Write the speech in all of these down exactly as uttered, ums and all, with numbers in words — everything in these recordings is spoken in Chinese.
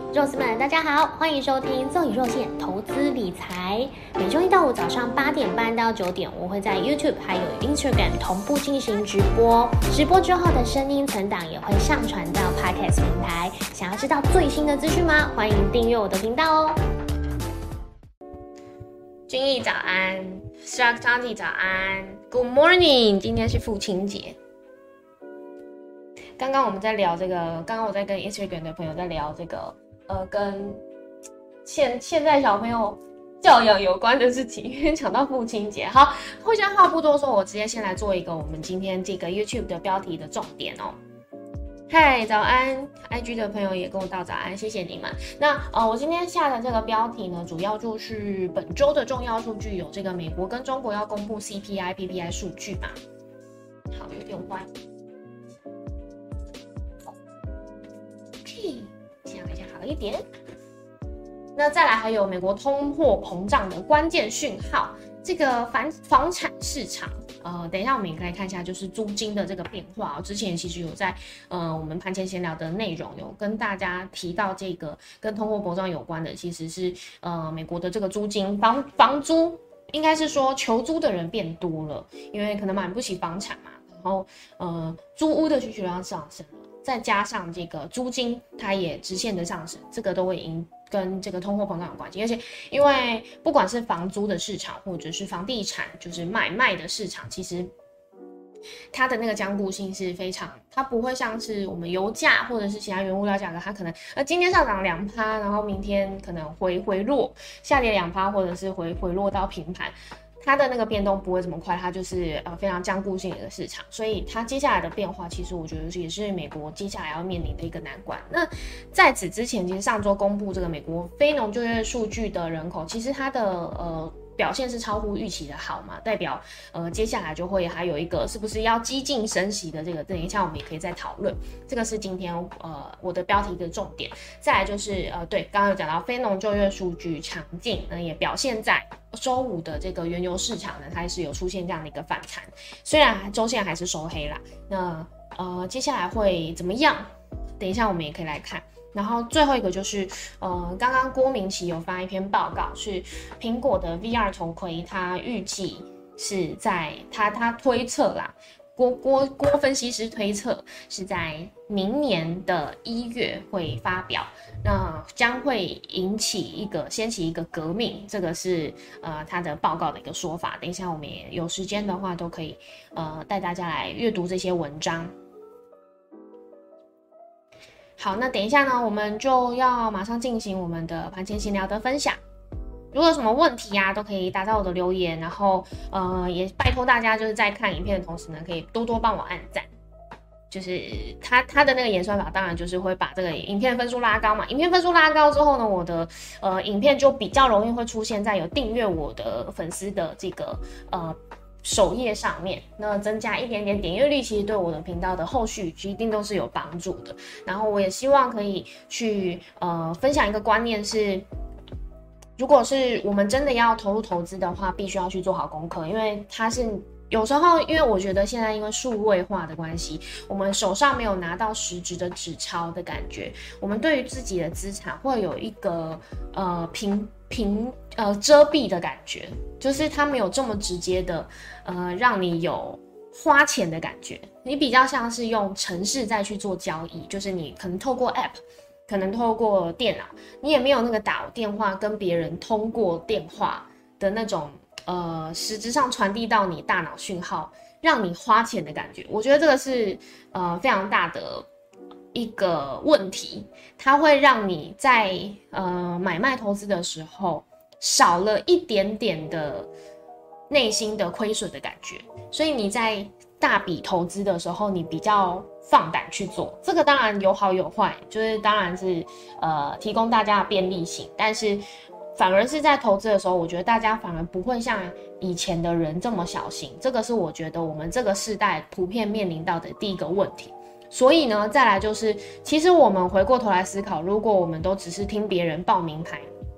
肉丝们，大家好，欢迎收听奏以肉馅投资理财。每周一到五早上八点半到九点，我会在 YouTube 还有 Instagram 同步进行直播。直播之后的声音存档也会上传到 Podcast 平台。想要知道最新的资讯吗？欢迎订阅我的频道哦。君毅早安 ，Shark Tony 早安 ，Good morning， 今天是父亲节。刚刚我们在聊这个，刚刚我在跟 Instagram 的朋友在聊这个。呃，跟现现在小朋友教养有关的事情，因为讲到父亲节，好，会现在话不多说，我直接先来做一个我们今天这个 YouTube 的标题的重点哦。嗨，早安 ！I G 的朋友也跟我道早安，谢谢你们。那呃，我今天下的这个标题呢，主要就是本周的重要数据有这个美国跟中国要公布 C P I、P P I 数据嘛。好，有点歪。OK。好一点，那再来还有美国通货膨胀的关键讯号，这个房房产市场，呃，等一下我们也可以看一下，就是租金的这个变化、哦。之前其实有在呃我们盘前闲聊的内容有跟大家提到这个跟通货膨胀有关的，其实是呃美国的这个租金房房租，应该是说求租的人变多了，因为可能买不起房产嘛，然后呃租屋的需求量上升了。再加上这个租金，它也直线的上升，这个都会因跟这个通货膨胀有关系。而且，因为不管是房租的市场，或者是房地产，就是买卖的市场，其实它的那个僵固性是非常，它不会像是我们油价或者是其他原物料价格，它可能呃今天上涨两趴，然后明天可能回回落，下跌两趴，或者是回回落到平盘。它的那个变动不会这么快，它就是呃非常僵固性的一个市场，所以它接下来的变化，其实我觉得也是美国接下来要面临的一个难关。那在此之前，其实上周公布这个美国非农就业数据的人口，其实它的呃表现是超乎预期的好嘛，代表呃接下来就会还有一个是不是要激进升息的这个，等一下我们也可以再讨论。这个是今天呃我的标题的重点。再来就是呃对，刚刚有讲到非农就业数据强劲，那也表现在。周五的这个原油市场呢，它还是有出现这样的一个反弹，虽然周线还是收黑啦。那呃，接下来会怎么样？等一下我们也可以来看。然后最后一个就是，呃，刚刚郭明錤有发一篇报告，是苹果的 V R 头盔，它预计是在他他推测啦。郭郭郭分析师推测是在明年的一月会发表，那将会引起一个掀起一个革命，这个是呃他的报告的一个说法。等一下我们也有时间的话，都可以呃带大家来阅读这些文章。好，那等一下呢，我们就要马上进行我们的盘前闲聊的分享。如果有什么问题啊，都可以打在我的留言，然后呃也拜托大家就是在看影片的同时呢，可以多多帮我按赞。就是他他的那个演算法，当然就是会把这个影片分数拉高嘛。影片分数拉高之后呢，我的呃影片就比较容易会出现在有订阅我的粉丝的这个呃首页上面。那增加一点点点阅率，其实对我的频道的后续一定都是有帮助的。然后我也希望可以去呃分享一个观念是。如果是我们真的要投入投资的话，必须要去做好功课，因为它是有时候，因为我觉得现在因为数位化的关系，我们手上没有拿到实质的纸钞的感觉，我们对于自己的资产会有一个呃平平呃遮蔽的感觉，就是它没有这么直接的呃让你有花钱的感觉，你比较像是用程式再去做交易，就是你可能透过 App。可能透过电脑，你也没有那个打电话跟别人通过电话的那种呃，实质上传递到你大脑讯号，让你花钱的感觉。我觉得这个是呃非常大的一个问题，它会让你在呃买卖投资的时候少了一点点的内心的亏损的感觉，所以你在大笔投资的时候，你比较放胆去做。这个当然有好有坏，就是当然是呃提供大家的便利性，但是反而是在投资的时候，我觉得大家反而不会像以前的人这么小心。这个是我觉得我们这个世代普遍面临到的第一个问题。所以呢，再来就是，其实我们回过头来思考，如果我们都只是听别人报名牌，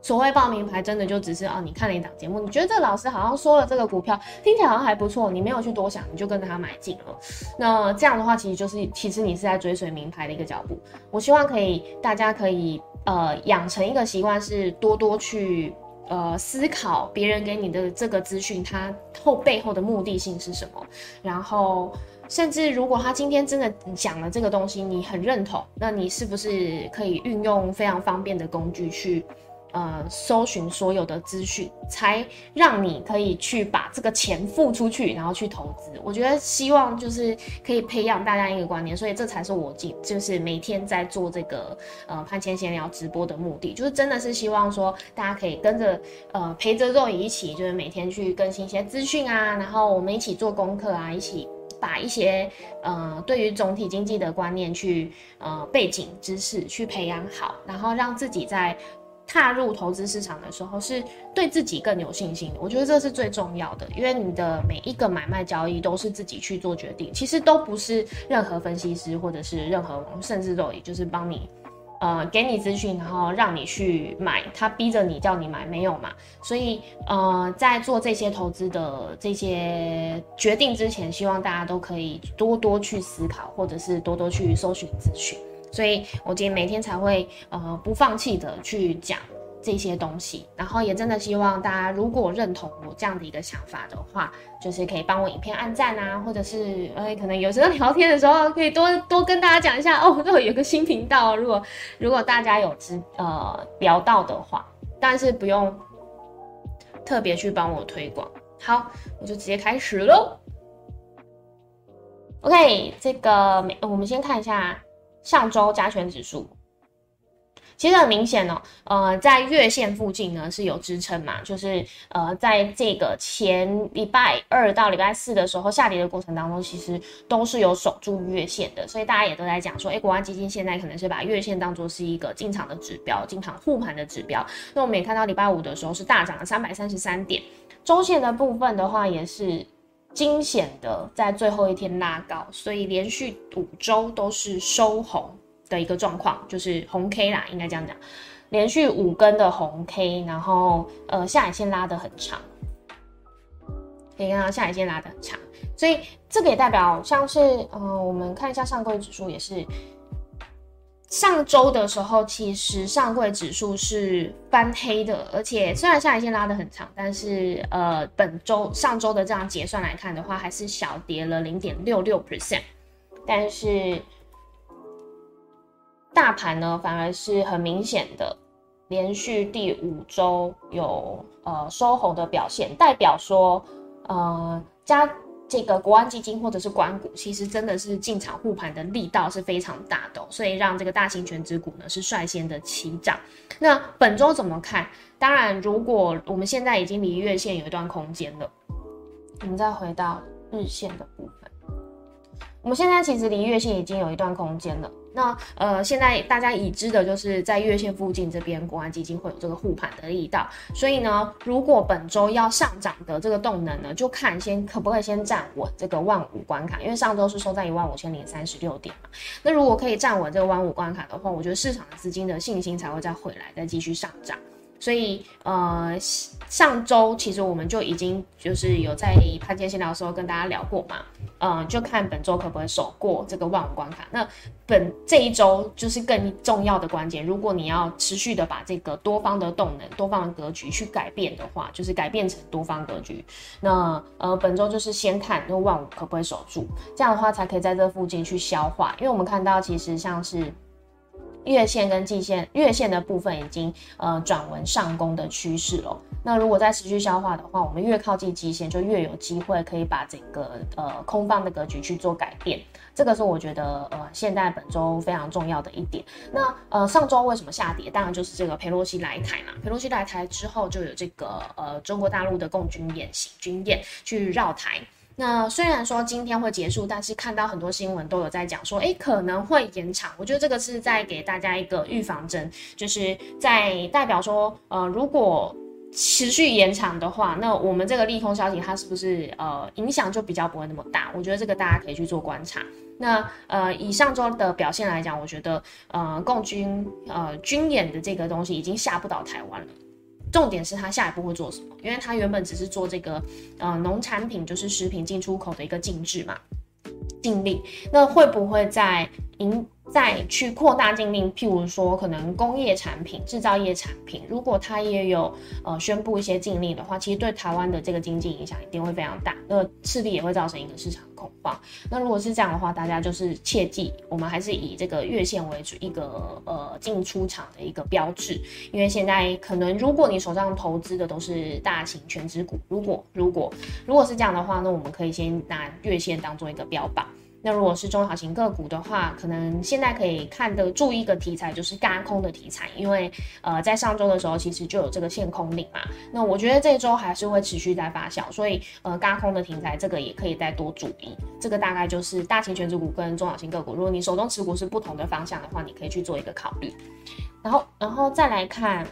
所谓报名牌，真的就只是啊，你看了一档节目，你觉得这个老师好像说了这个股票听起来好像还不错，你没有去多想，你就跟着他买进了。那这样的话，其实就是其实你是在追随名牌的一个脚步。我希望可以大家可以呃养成一个习惯，是多多去呃思考别人给你的这个资讯，它后背后的目的性是什么，然后。甚至如果他今天真的讲了这个东西，你很认同，那你是不是可以运用非常方便的工具去，呃，搜寻所有的资讯，才让你可以去把这个钱付出去，然后去投资。我觉得希望就是可以培养大家一个观念，所以这才是我就是每天在做这个呃潘千闲聊直播的目的，就是真的是希望说大家可以跟着呃陪着肉一起，就是每天去更新一些资讯啊，然后我们一起做功课啊，一起。把一些呃对于总体经济的观念去呃背景知识去培养好，然后让自己在踏入投资市场的时候是对自己更有信心。我觉得这是最重要的，因为你的每一个买卖交易都是自己去做决定，其实都不是任何分析师或者是任何甚至都也就是帮你。呃，给你资讯，然后让你去买，他逼着你叫你买，没有嘛？所以，呃，在做这些投资的这些决定之前，希望大家都可以多多去思考，或者是多多去搜寻资讯。所以我今天每天才会呃不放弃的去讲这些东西，然后也真的希望大家如果认同我这样的一个想法的话，就是可以帮我影片按赞啊，或者是呃可能有时候聊天的时候可以多多跟大家讲一下哦，这有个新频道，如果如果大家有知呃聊到的话，但是不用特别去帮我推广。好，我就直接开始咯。OK， 这个我们先看一下上周加权指数。其实很明显哦，呃，在月线附近呢是有支撑嘛，就是呃，在这个前礼拜二到礼拜四的时候下跌的过程当中，其实都是有守住月线的，所以大家也都在讲说，哎，国安基金现在可能是把月线当作是一个进场的指标，进场护盘的指标。那我们也看到礼拜五的时候是大涨了三百三十三点，周线的部分的话也是惊险的在最后一天拉高，所以连续五周都是收红的一个状况，就是红 K 啦，应该这样讲，连续五根的红 K， 然后呃下影线拉得很长，可以看到下影线拉得很长，所以这个也代表像是呃我们看一下上柜指数也是。上周的时候，其实上柜指数是翻黑的，而且虽然下影线拉得很长，但是呃本周上周的这样结算来看的话，还是小跌了 百分之零点六六， 但是大盘呢反而是很明显的连续第五周有呃收红的表现，代表说呃加这个国安基金或者是官股，其实真的是进场护盘的力道是非常大的、哦，所以让这个大型权值股呢是率先的起涨。那本周怎么看？当然，如果我们现在已经离月线有一段空间了，我们再回到日线的部分，我们现在其实离月线已经有一段空间了。那呃，现在大家已知的就是在月线附近这边，国安基金会有这个护盘的力道，所以呢，如果本周要上涨的这个动能呢，就看先可不可以先站稳这个万五关卡，因为上周是收在一万五千零三十六点嘛。那如果可以站稳这个万五关卡的话，我觉得市场的资金的信心才会再回来，再继续上涨。所以呃，上周其实我们就已经就是有在潘建新聊的时候跟大家聊过嘛，呃，就看本周可不可以守过这个万五关卡。那本这一周就是更重要的关键，如果你要持续的把这个多方的动能、多方的格局去改变的话，就是改变成多方格局。那呃，本周就是先看那万五可不可以守住，这样的话才可以在这附近去消化，因为我们看到其实像是。月线跟季线，月线的部分已经呃转为上攻的趋势了。那如果再持续消化的话，我们越靠近季线，就越有机会可以把整个呃空方的格局去做改变。这个是我觉得呃现在本周非常重要的一点。那呃上周为什么下跌？当然就是这个裴洛西来台嘛。裴洛西来台之后，就有这个呃中国大陆的共军演习军演去绕台。那虽然说今天会结束，但是看到很多新闻都有在讲说，哎，可能会延长。我觉得这个是在给大家一个预防针，就是在代表说，呃，如果持续延长的话，那我们这个利空消息它是不是呃影响就比较不会那么大？我觉得这个大家可以去做观察。那呃以上周的表现来讲，我觉得呃共军呃军演的这个东西已经吓不倒台湾了。 重点是它下一步会做什么，因为它原本只是做这个呃农产品，就是食品进出口的一个禁制嘛，禁令，那会不会在引再去扩大禁令？譬如说，可能工业产品、制造业产品，如果它也有呃宣布一些禁令的话，其实对台湾的这个经济影响一定会非常大，那势必也会造成一个市场恐慌。那如果是这样的话，大家就是切记，我们还是以这个月线为主，一个呃进出场的一个标志。因为现在可能如果你手上投资的都是大型全指股，如果如果如果是这样的话，那我们可以先拿月线当做一个标榜。那如果是中小型个股的话，可能现在可以看得注意一个题材，就是轧空的题材，因为呃在上周的时候其实就有这个限空令嘛，那我觉得这周还是会持续在发酵，所以呃轧空的题材这个也可以再多注意。这个大概就是大型全指股跟中小型个股，如果你手中持股是不同的方向的话，你可以去做一个考虑。然后然后再来看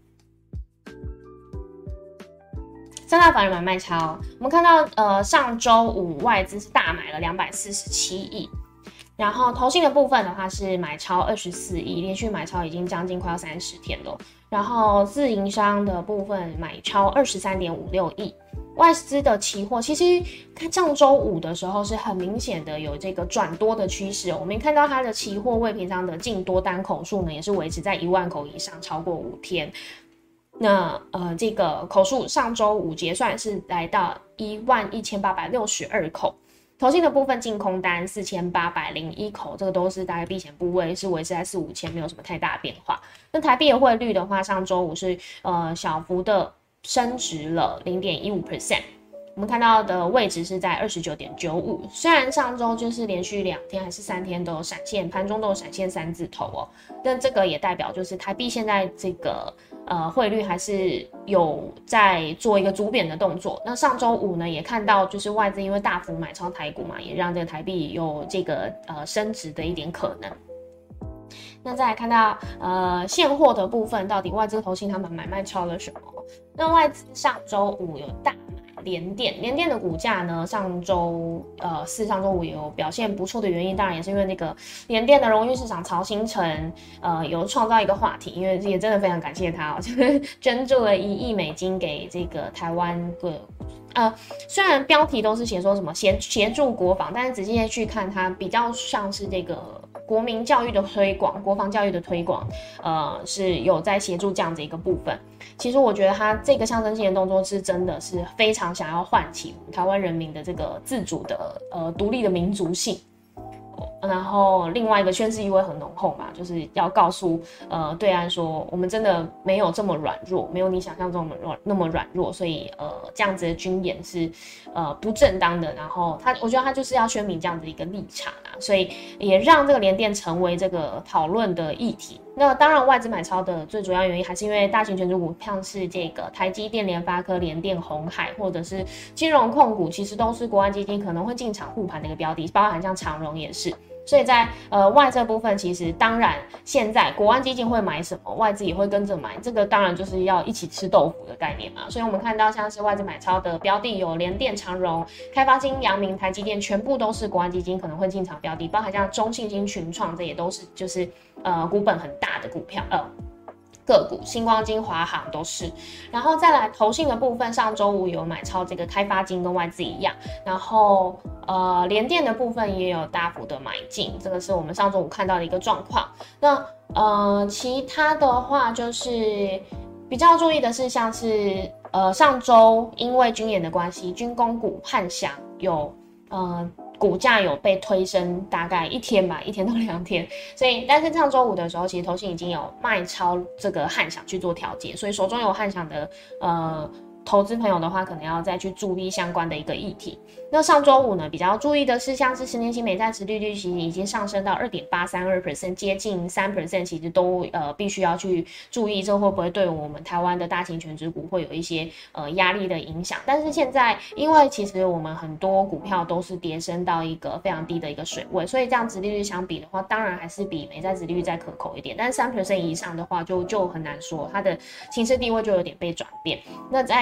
三大法人买卖超，我们看到呃上周五外资是大买了两百四十七亿，然后投信的部分的话是买超二十四亿，连续买超已经将近快要三十天了。然后自营商的部分买超二十三点五六亿。外资的期货其实看上周五的时候是很明显的有这个转多的趋势，我们看到它的期货未平仓的净多单口数呢也是维持在一万口以上，超过五天。那呃，这个口数上周五结算是来到一万一千八百六十二口，投信的部分净空单四千八百零一口，这个都是大概避险部位是维持在四五千，没有什么太大的变化。那台币的汇率的话，上周五是呃小幅的升值了 零点一五 percent。我们看到的位置是在 二十九点九五， 虽然上周就是连续两天还是三天都有闪现，盘中都有闪现三字头哦，但这个也代表就是台币现在这个呃汇率还是有在做一个逐贬的动作。那上周五呢也看到就是外资因为大幅买超台股嘛，也让这个台币有这个呃升值的一点可能。那再来看到呃现货的部分，到底外资投信他们买卖超了什么？那外资上周五有大买联电，联电的股价呢，上周呃四、上周五也有表现不错的原因，当然也是因为那个联电的荣誉市长曹兴诚呃有创造一个话题，因为也真的非常感谢他哦，就是捐助了一亿美金给这个台湾的。呃，虽然标题都是写说什么协协助国防，但是仔细去看，它比较像是这个国民教育的推广、国防教育的推广，呃，是有在协助这样子一个部分。其实我觉得他这个象征性的动作是真的是非常想要唤起台湾人民的这个自主的呃独立的民族性。然后另外一个宣示意味很浓厚嘛，就是要告诉呃对岸说，我们真的没有这么软弱，没有你想象中那么那么软弱，所以呃这样子的军演是呃不正当的。然后他，我觉得他就是要宣明这样子一个立场啊，所以也让这个联电成为这个讨论的议题。那当然，外资买超的最主要原因还是因为大型权重股，像是这个台积电、联发科、联电、鸿海，或者是金融控股，其实都是国安基金可能会进场护盘的一个标的，包含像长荣也是。所以在呃外这部分，其实当然现在国安基金会买什么，外资也会跟着买，这个当然就是要一起吃豆腐的概念嘛。所以我们看到像是外资买超的标的有联电、长荣、开发金、阳明、台积电，全部都是国安基金可能会进场标的，包含像中信金、群创，这也都是就是呃股本很大的股票呃。个股，星光金、华航都是，然后再来投信的部分，上周五有买超这个开发金，跟外资一样，然后呃联电的部分也有大幅的买进，这个是我们上周五看到的一个状况。那呃其他的话就是比较注意的是，像是呃上周因为军演的关系，军工股汉翔有呃。股价有被推升大概一天吧，一天到两天，所以但是上周五的时候，其实投信已经有卖超这个汉翔去做调节，所以手中有汉翔的呃投资朋友的话，可能要再去注意相关的一个议题。那上周五呢，比较注意的是，像是十年期美债殖利率其实已经上升到 二点八三二 percent， 接近 百分之三， 其实都呃必须要去注意，这会不会对我们台湾的大型权值股会有一些呃压力的影响。但是现在，因为其实我们很多股票都是跌升到一个非常低的一个水位，所以这样殖利率相比的话，当然还是比美债殖利率再可口一点。但是 百分之三 以上的话就，就就很难说，它的形势地位就有点被转变。那在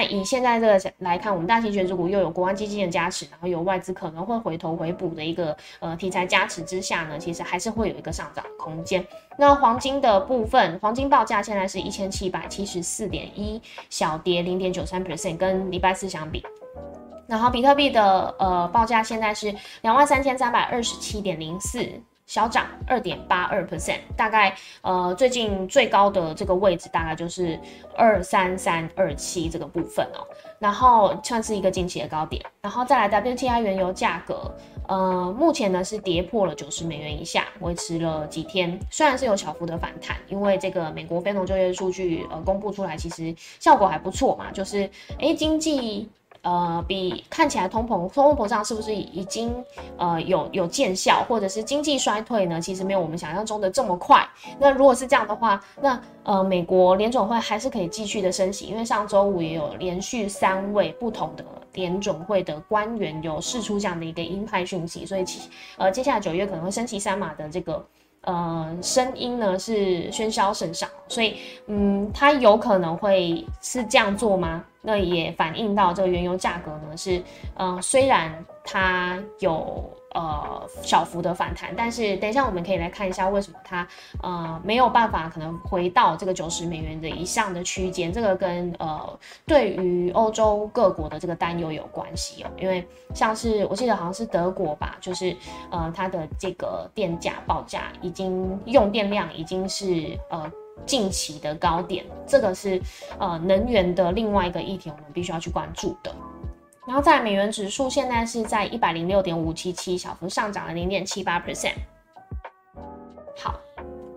以现在这个来看，我们大型权值股又有国安基金的加持，然后有外资可能会回头回补的一个呃题材加持之下呢，其实还是会有一个上涨的空间。那黄金的部分，黄金报价现在是一千七百七十四点一，小跌 百分之零点九三， 跟礼拜四相比。然后比特币的呃报价现在是两万三千三百二十七点零四。小涨 百分之二点八二， 大概呃最近最高的这个位置大概就是二三三二七这个部分哦，然后算是一个近期的高点。然后再来 W T I 原油价格，呃目前呢是跌破了九十美元以下，维持了几天，虽然是有小幅的反弹，因为这个美国非农就业数据呃公布出来，其实效果还不错嘛，就是诶经济。呃，比看起来通膨通货膨胀是不是已经呃有有见效，或者是经济衰退呢？其实没有我们想象中的这么快。那如果是这样的话，那呃美国联准会还是可以继续的升息，因为上周五也有连续三位不同的联准会的官员有释出这样的一个鹰派讯息，所以呃接下来九月可能会升息三码的这个。呃，声音呢是喧嚣甚上，所以嗯，它有可能会是这样做吗？那也反映到这个原油价格呢是，呃，虽然它有呃小幅的反弹，但是等一下我们可以来看一下为什么它呃没有办法可能回到这个九十美元的以上的区间，这个跟呃对于欧洲各国的这个担忧有关系哦，因为像是我记得好像是德国吧，就是呃它的这个电价报价已经用电量已经是呃。近期的高点，这个是呃能源的另外一个议题，我们必须要去关注的。然后再来美元指数现在是在 一百零六点五七七， 小幅上涨了 百分之零点七八。 好，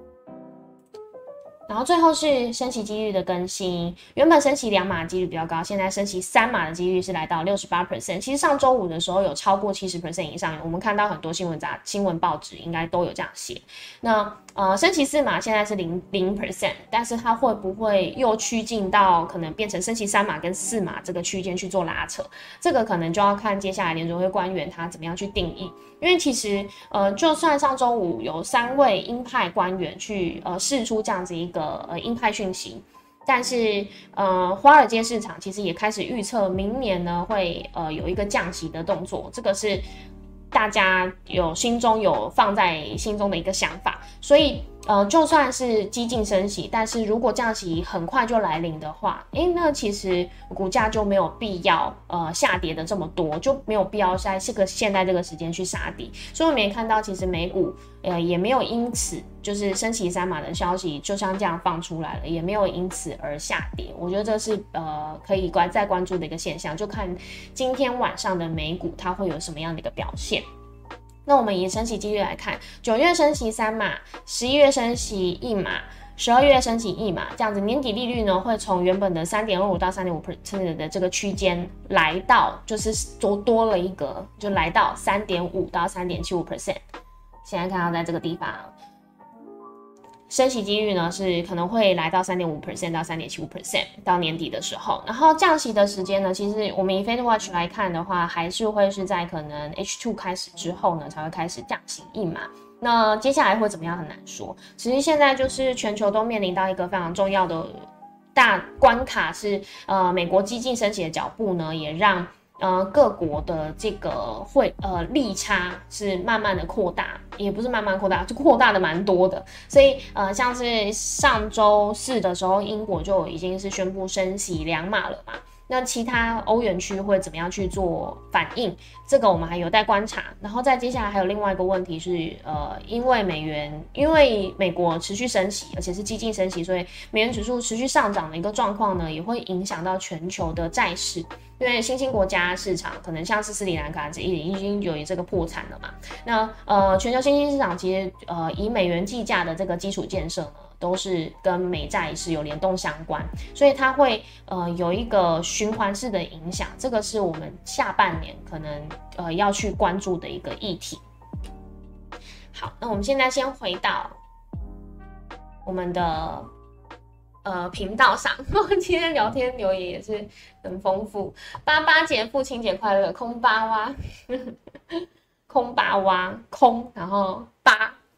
然后最后是升息几率的更新，原本升息两码几率比较高，现在升息三码的几率是来到 百分之六十八。 其实上周五的时候有超过 百分之七十 以上，我们看到很多新闻杂新闻报纸应该都有这样写。那呃升息四码现在是零零 percent， 但是它会不会又趋近到可能变成升息三码跟四码这个区间去做拉扯？这个可能就要看接下来联准会官员他怎么样去定义。因为其实呃就算上周五有三位鹰派官员去呃释出这样子一个呃鹰派讯息，但是呃华尔街市场其实也开始预测明年呢会呃有一个降息的动作，这个是大家有心中有放在心中的一个想法，所以呃就算是激进升息，但是如果降息很快就来临的话，诶那其实股价就没有必要呃下跌的这么多，就没有必要在这个现在这个时间去杀跌，所以我们也看到其实美股呃也没有因此就是升息三码的消息就像这样放出来了，也没有因此而下跌，我觉得这是呃可以关再关注的一个现象，就看今天晚上的美股它会有什么样的一个表现。那我们以升息几率来看，九月升息三码，十一月升息一码，十二月升息一码，这样子年底利率呢会从原本的 三点二五 到 三点五 percent 的这个区间来到，就是多多了一格，就来到 三点五 到 三点七五 percent。现在看到在这个地方，升息几率呢是可能会来到 三点五 percent 到 三点七五 percent 到年底的时候，然后降息的时间呢，其实我们以 Fed Watch 来看的话，还是会是在可能 H 二 开始之后呢才会开始降息一码。那接下来会怎么样很难说。其实现在就是全球都面临到一个非常重要的大关卡是，呃，美国激进升息的脚步呢，也让呃各国的这个汇呃利差是慢慢的扩大，也不是慢慢扩大，就扩大的蛮多的。所以呃像是上周四的时候，英国就已经是宣布升息两码了嘛。那其他欧元区会怎么样去做反应？这个我们还有待观察。然后再接下来还有另外一个问题是，呃，因为美元，因为美国持续升息，而且是激进升息，所以美元指数持续上涨的一个状况呢，也会影响到全球的债市。因为新兴国家市场可能像是斯里兰卡已经有这个破产了嘛。那呃，全球新兴市场其实呃以美元计价的这个基础建设呢，都是跟美债是有联动相关，所以它会呃有一个循环式的影响，这个是我们下半年可能呃要去关注的一个议题。好，那我们现在先回到我们的呃频道上，今天聊天留言也是很丰富。八八节父亲节快乐，空巴哇，空巴哇空，然后八。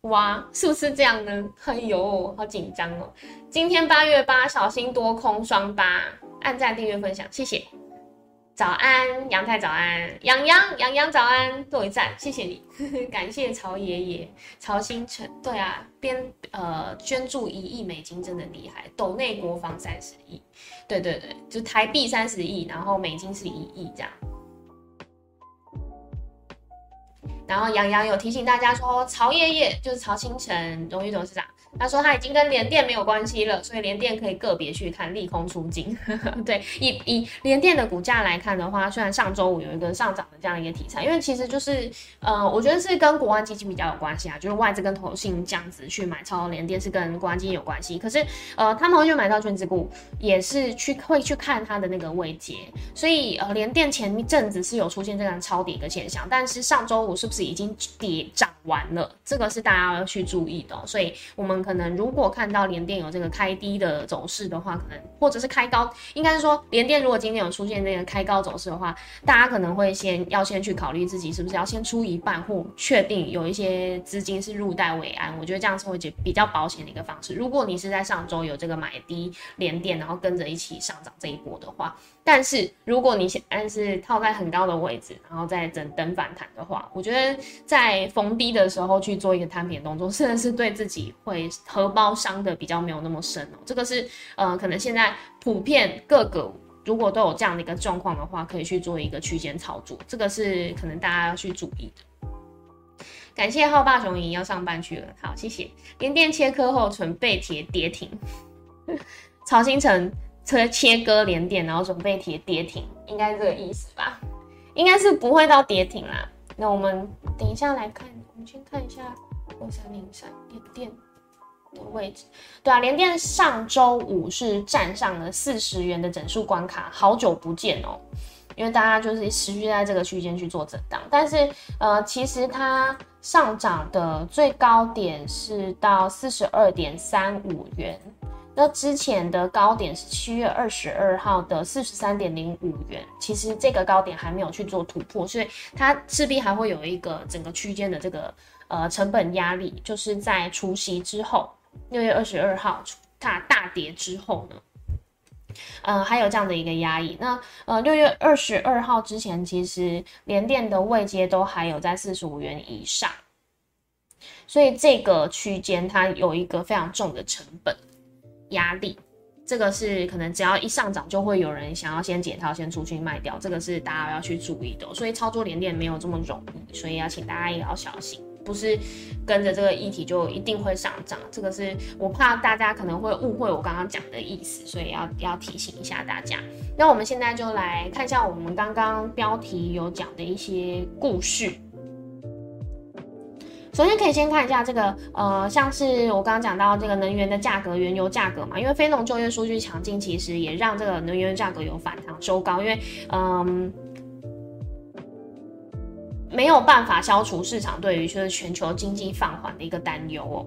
哇，是不是这样呢？哎呦，好紧张哦！今天八月八，小心多空双八，按赞、订阅、分享，谢谢。早安，杨太早安，洋洋洋洋早安，都一赞，谢谢你，感谢曹爷爷、曹星辰。对啊，编呃捐助一亿美金真的厉害，斗内国防三十亿，对对对，就台币三十亿，然后美金是一亿这样。然后杨洋有提醒大家说，曹爷爷就是曹星辰荣誉董事长，他说他已经跟联电没有关系了，所以联电可以个别去看，利空出尽。对，以以联电的股价来看的话，虽然上周五有一个上涨的这样一个题材，因为其实就是呃，我觉得是跟国安基金比较有关系啊，就是外资跟投信这样子去买超联电是跟国安基金有关系。可是呃，他们会去买到权值股，也是去会去看它的那个位阶，所以呃，联电前一阵子是有出现这样超跌的现象，但是上周五是不是已经跌涨完了？这个是大家要去注意的、哦，所以我们可能如果看到联电有这个开低的走势的话，可能或者是开高，应该是说联电如果今天有出现这个开高走势的话，大家可能会先要先去考虑自己是不是要先出一半，或确定有一些资金是入袋为安。我觉得这样是会比较保险的一个方式。如果你是在上周有这个买低联电，然后跟着一起上涨这一波的话，但是如果你现在是套在很高的位置，然后再等等反弹的话，我觉得在逢低的时候去做一个摊平动作，甚至是对自己会荷包伤的比较没有那么深哦。这个是呃，可能现在普遍各个如果都有这样的一个状况的话，可以去做一个区间操作，这个是可能大家要去注意的。感谢浩霸雄鹰要上班去了，好，谢谢。联电切割后准备贴跌停，曹星辰车切割联电，然后准备贴跌停，应该是这个意思吧？应该是不会到跌停啦。那我们等一下来看，我们先看一下二三零三联电的位置。对啊，联电上周五是站上了四十元的整数关卡，好久不见哦。因为大家就是持续在这个区间去做震荡，但是呃，其实它上涨的最高点是到四十二点三五元。那之前的高点是七月二十二号的四十三点零五元，其实这个高点还没有去做突破，所以它势必还会有一个整个区间的这个呃成本压力，就是在除息之后，六月二十二号它大跌之后呢，呃，还有这样的一个压抑。那呃，六月二十二号之前，其实联电的位阶都还有在四十五元以上，所以这个区间它有一个非常重的成本压力，这个是可能只要一上涨就会有人想要先解套先出去卖掉，这个是大家要去注意的、哦、所以操作联电没有这么容易，所以要请大家也要小心，不是跟着这个议题就一定会上涨，这个是我怕大家可能会误会我刚刚讲的意思，所以要要提醒一下大家。那我们现在就来看一下我们刚刚标题有讲的一些故事。首先可以先看一下这个，呃，像是我刚刚讲到这个能源的价格、原油价格嘛，因为非农就业数据强劲，其实也让这个能源价格有反弹收高，因为嗯，没有办法消除市场对于就是全球经济放缓的一个担忧哦。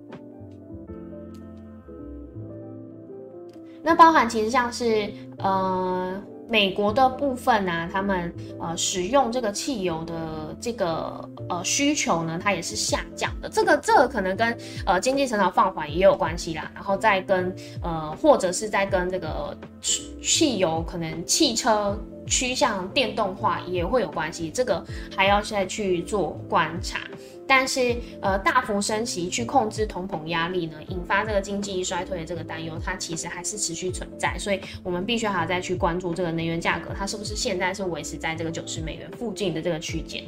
那包含其实像是呃。美国的部分啊，他们呃使用这个汽油的这个呃需求呢，它也是下降的。这个这个可能跟呃经济成长放缓也有关系啦，然后再跟呃或者是在跟这个汽油可能汽车趋向电动化也会有关系，这个还要再去做观察。但是，呃，大幅升息去控制通膨压力呢，引发这个经济衰退的这个担忧，它其实还是持续存在，所以我们必须还要再去关注这个能源价格，它是不是现在是维持在这个九十美元附近的这个区间。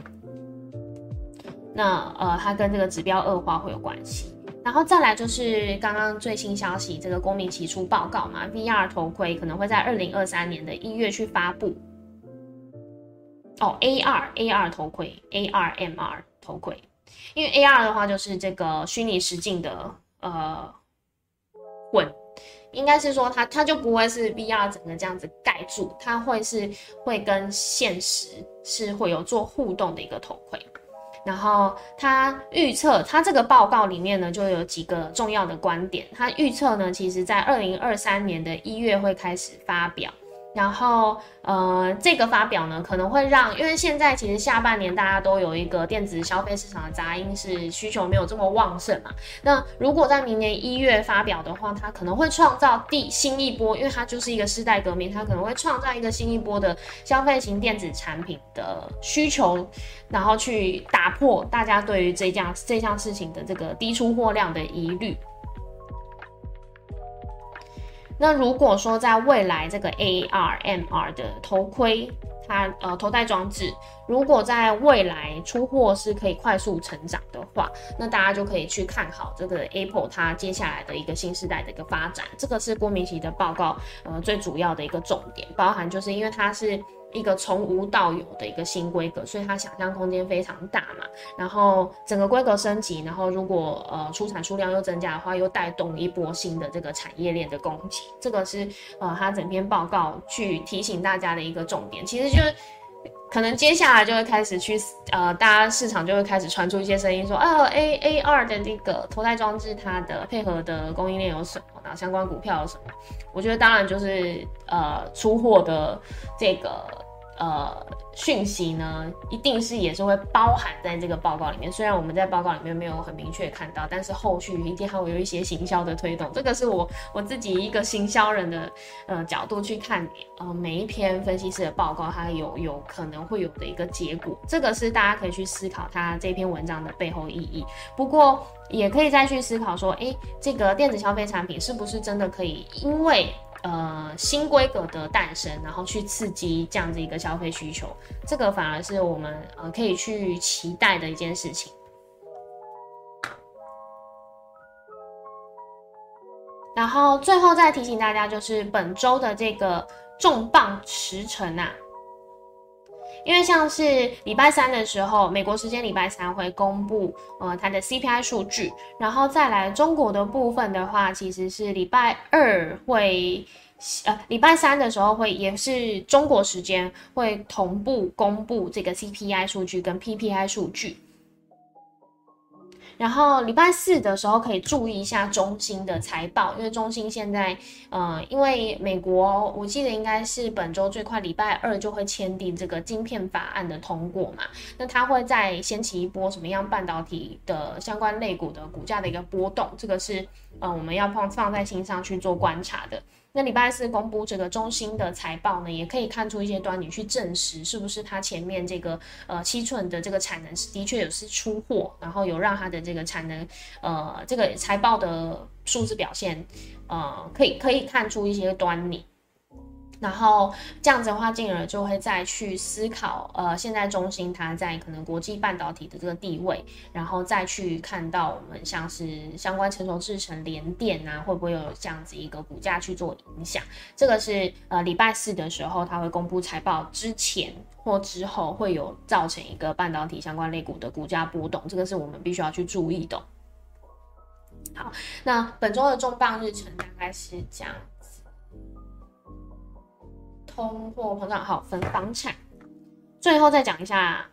那呃，它跟这个指标恶化会有关系。然后再来就是刚刚最新消息，这个公民期初报告嘛 ，V R 头盔可能会在二零二三年的一月去发布。哦 ，A R A R 头盔 ，A R M R 头盔，因为 A R 的话就是这个虚拟实境的呃混，应该是说它它就不会是 V R 整个这样子盖住，它会是会跟现实是会有做互动的一个头盔。然后他预测，他这个报告里面呢就有几个重要的观点。他预测呢，其实在二零二三年的一月会开始发表。 然后，呃，这个发表呢，可能会让，因为现在其实下半年大家都有一个电子消费市场的杂音，是需求没有这么旺盛嘛。那如果在明年一月发表的话，它可能会创造第新一波，因为它就是一个世代革命，它可能会创造一个新一波的消费型电子产品的需求，然后去打破大家对于这项这项事情的这个低出货量的疑虑。那如果说在未来这个 A R M R 的头盔，它呃头戴装置，如果在未来出货是可以快速成长的话，那大家就可以去看好这个 Apple 它接下来的一个新世代的一个发展。这个是郭明錤的报告呃最主要的一个重点，包含就是因为它是一个从无到有的一个新规格，所以它想象空间非常大嘛。然后整个规格升级，然后如果呃出产数量又增加的话，又带动一波新的这个产业链的供给。这个是呃它整篇报告去提醒大家的一个重点。其实就是可能接下来就会开始去呃，大家市场就会开始传出一些声音说，啊 A A R 的那个头戴装置它的配合的供应链有什么，然后相关股票有什么。我觉得当然就是呃出货的这个呃讯息呢，一定是也是会包含在这个报告里面。虽然我们在报告里面没有很明确看到，但是后续一定还会有一些行销的推动。这个是我我自己一个行销人的呃角度去看呃每一篇分析师的报告，它有有可能会有的一个结果。这个是大家可以去思考它这篇文章的背后意义。不过也可以再去思考说，诶，这个电子消费产品是不是真的可以因为呃新规格的诞生，然后去刺激这样子一个消费需求？这个反而是我们呃可以去期待的一件事情。然后最后再提醒大家，就是本周的这个重磅时程啊。因为像是礼拜三的时候，美国时间礼拜三会公布呃它的 C P I 数据，然后再来中国的部分的话，其实是礼拜二会，呃礼拜三的时候会也是中国时间会同步公布这个 C P I 数据跟 P P I 数据。然后礼拜四的时候可以注意一下中芯的财报，因为中芯现在，呃，因为美国我记得应该是本周最快礼拜二就会签订这个晶片法案的通过嘛，那它会再掀起一波什么样半导体的相关类股的股价的一个波动，这个是呃我们要放放在心上去做观察的。那礼拜四公布这个中芯的财报呢，也可以看出一些端倪，去证实是不是它前面这个呃七寸的这个产能的确有是出货，然后有让它的这个产能呃这个财报的数字表现呃可以可以看出一些端倪。然后这样子的话，进而就会再去思考，呃，现在中芯它在可能国际半导体的这个地位，然后再去看到我们像是相关成熟制程联电啊，会不会有这样子一个股价去做影响？这个是呃礼拜四的时候，它会公布财报之前或之后会有造成一个半导体相关类股的股价波动，这个是我们必须要去注意的。好，那本周的重磅日程大概是这样。通货膨胀好，分房产。最后再讲一下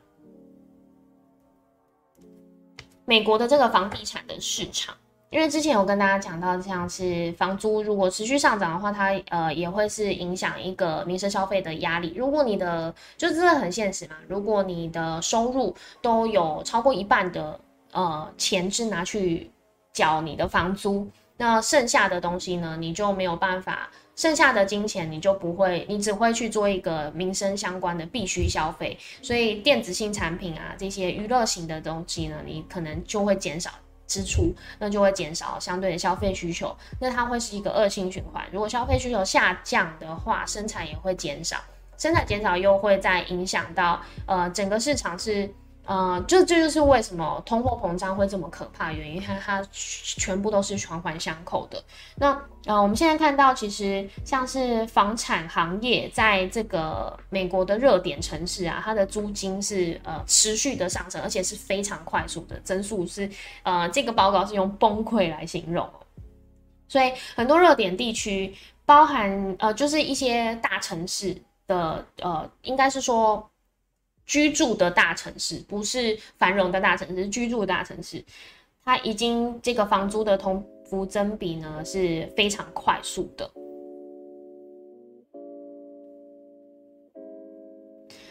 美国的这个房地产的市场，因为之前有跟大家讲到，像是房租如果持续上涨的话，它呃也会是影响一个民生消费的压力。如果你的就真的很现实嘛，如果你的收入都有超过一半的呃钱是拿去缴你的房租，那剩下的东西呢，你就没有办法。剩下的金钱你就不会，你只会去做一个民生相关的必须消费，所以电子性产品啊，这些娱乐型的东西呢，你可能就会减少支出，那就会减少相对的消费需求，那它会是一个恶性循环。如果消费需求下降的话，生产也会减少，生产减少又会再影响到呃整个市场是。呃，就这就是为什么通货膨胀会这么可怕的原因，它它全部都是环环相扣的。那呃，我们现在看到，其实像是房产行业在这个美国的热点城市啊，它的租金是呃持续的上升，而且是非常快速的增速是呃这个报告是用崩溃来形容。所以很多热点地区，包含呃就是一些大城市的呃，应该是说。居住的大城市，不是繁荣的大城市，是居住的大城市，它已经这个房租的同幅增比呢是非常快速的。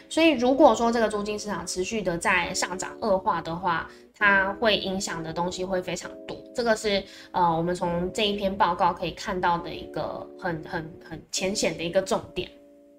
所以如果说这个租金市场持续的在上涨恶化的话，它会影响的东西会非常多。这个是呃我们从这一篇报告可以看到的一个很很很浅显的一个重点。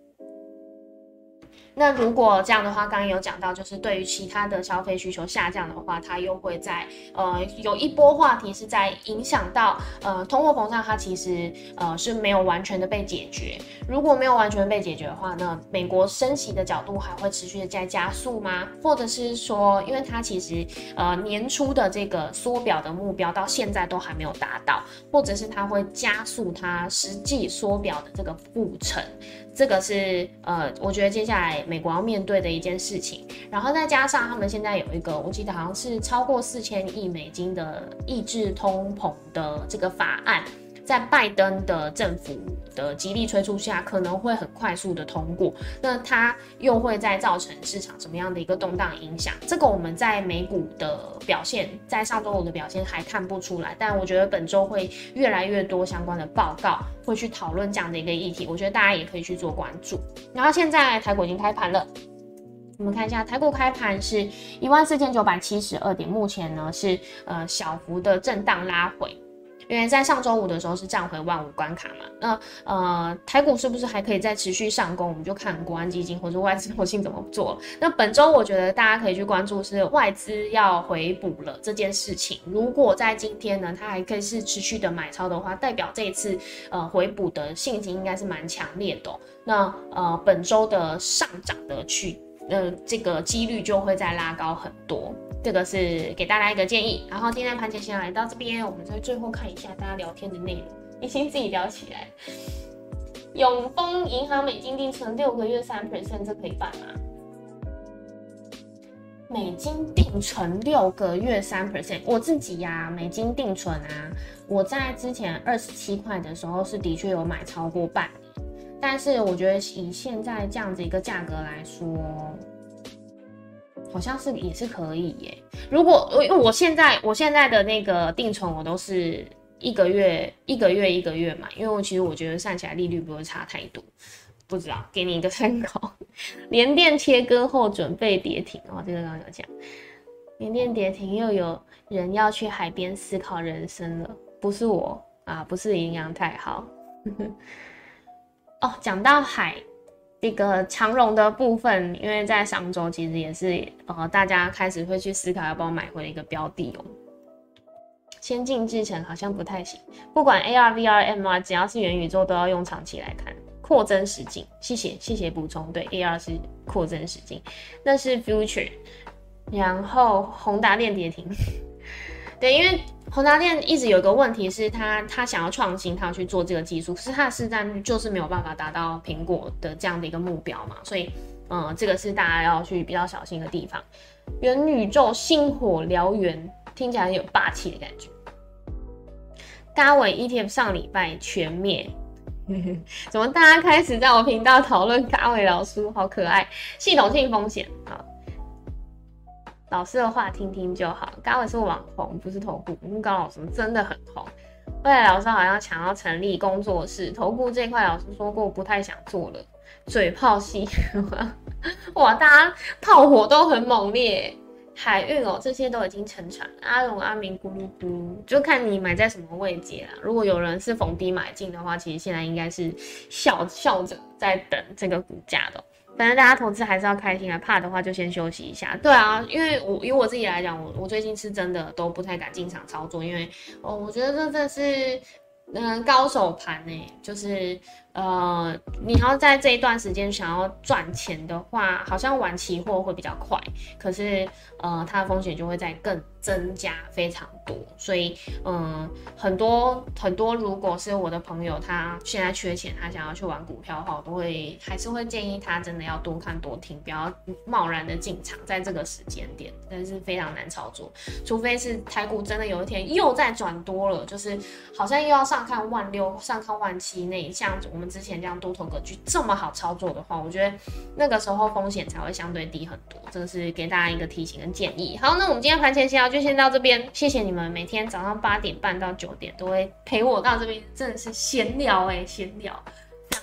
那如果这样的话，刚刚有讲到，就是对于其他的消费需求下降的话，它又会在呃有一波话题是在影响到呃通货膨胀，它其实呃是没有完全的被解决。如果没有完全被解决的话，那美国升息的角度还会持续的在加速吗？或者是说，因为它其实呃年初的这个缩表的目标到现在都还没有达到，或者是它会加速它实际缩表的这个步程。这个是呃，我觉得接下来美国要面对的一件事情，然后再加上他们现在有一个，我记得好像是超过四千亿美金的抑制通膨的这个法案，在拜登的政府的极力催促下，可能会很快速的通过。那它又会再造成市场什么样的一个动荡影响？这个我们在美股的表现，在上周五的表现还看不出来，但我觉得本周会越来越多相关的报告会去讨论这样的一个议题，我觉得大家也可以去做关注。然后现在台股已经开盘了。我们看一下台股开盘是一万四千九百七十二点，目前呢是呃小幅的震荡拉回。因为在上周五的时候是站回万五关卡嘛，那呃台股是不是还可以再持续上攻？我们就看国安基金或者外资投信怎么做了。那本周我觉得大家可以去关注是外资要回补了这件事情。如果在今天呢，它还可以是持续的买超的话，代表这一次呃回补的信心应该是蛮强烈的哦。那呃本周的上涨的去呃这个几率就会再拉高很多。这个是给大家一个建议，然后今天盘前先来到这边，我们在最后看一下大家聊天的内容，已经自己聊起来。永丰银行美金定存六个月 百分之三， 这可以办吗？美金定存六个月 百分之三， 我自己呀、啊，美金定存啊，我在之前二十七块的时候是的确有买超过半年，但是我觉得以现在这样子一个价格来说，好像是也是可以耶。如果因为我现在我现在的那个定存，我都是一个月一个月一个月买，因为我其实我觉得算起来利率不会差太多。不知道，给你一个参考。联电切割后准备跌停哦，这个刚刚有讲。联电跌停，又有人要去海边思考人生了，不是我啊，不是营养太好。哦，讲到海。这个长荣的部分，因为在上周其实也是呃，大家开始会去思考要不要买回一个标的哦。先进制程好像不太行，不管 A R、V R、M R， 只要是元宇宙都要用长期来看。扩增实境，谢谢谢谢补充，对 A R 是扩增实境，那是 Future， 然后宏达电跌停。对，因为宏达电一直有一个问题是他他想要创新，他要去做这个技术，可是他的市占率就是没有办法达到苹果的这样的一个目标嘛，所以嗯，这个是大家要去比较小心的地方。元宇宙星火燎原，听起来很有霸气的感觉。嘉伟 E T F 上礼拜全灭，怎么大家开始在我频道讨论嘉伟老师，好可爱。系统性风险啊。老师的话听听就好。嘉伟是网红，不是投顾。木高老师真的很红。未来老师好像想要成立工作室，投顾这一块老师说过不太想做了。嘴炮系，哇，大家炮火都很猛烈。海运哦，这些都已经沉船。阿龙、阿明、咕噜咕，就看你买在什么位阶啦。如果有人是逢低买进的话，其实现在应该是笑笑着在等这个股价的。反正大家投资还是要开心啊，怕的话就先休息一下。对啊，因为我以我自己来讲，我我最近是真的都不太敢进场操作，因为哦，我觉得这这是嗯、呃、高手盘哎、欸，就是呃你要在这一段时间想要赚钱的话，好像玩期货会比较快，可是呃它的风险就会再更增加非常多，所以嗯很多很多如果是我的朋友他现在缺钱，他想要去玩股票的话，我都会还是会建议他真的要多看多听，不要贸然的进场，在这个时间点真的是非常难操作，除非是台股真的有一天又在转多了，就是好像又要上看万六上看万七内，像我们之前这样多头格局这么好操作的话，我觉得那个时候风险才会相对低很多，这个是给大家一个提醒跟建议。好，那我们今天盘前先就先到这边，谢谢你们每天早上八点半到九点都会陪我到这边，真的是闲聊哎、欸，闲聊，非常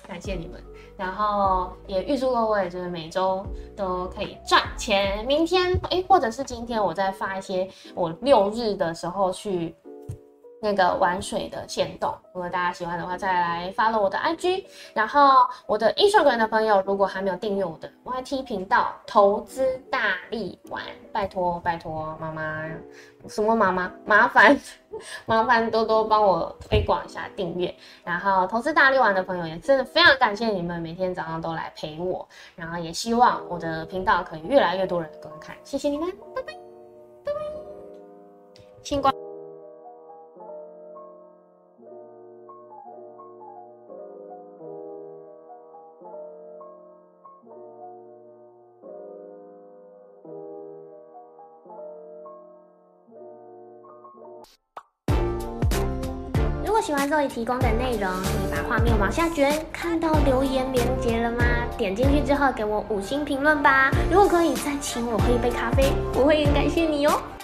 感谢你们。然后也预祝各位就是每周都可以赚钱。明天哎，或者是今天我再发一些我六日的时候去那个玩水的限动，如果大家喜欢的话，再来 follow 我的 I G， 然后我的 Instagram 的朋友，如果还没有订阅我的 Y T 频道，投资大力丸，拜托拜托妈妈，什么妈妈，麻烦麻烦多多帮我推广一下订阅，然后投资大力丸的朋友也真的非常感谢你们每天早上都来陪我，然后也希望我的频道可以越来越多人观看，谢谢你们，拜拜拜拜，星光。如果喜欢这里提供的内容，你把画面往下卷，看到留言连结了吗？点进去之后给我五星评论吧。如果可以再请我喝一杯咖啡，我会很感谢你哦。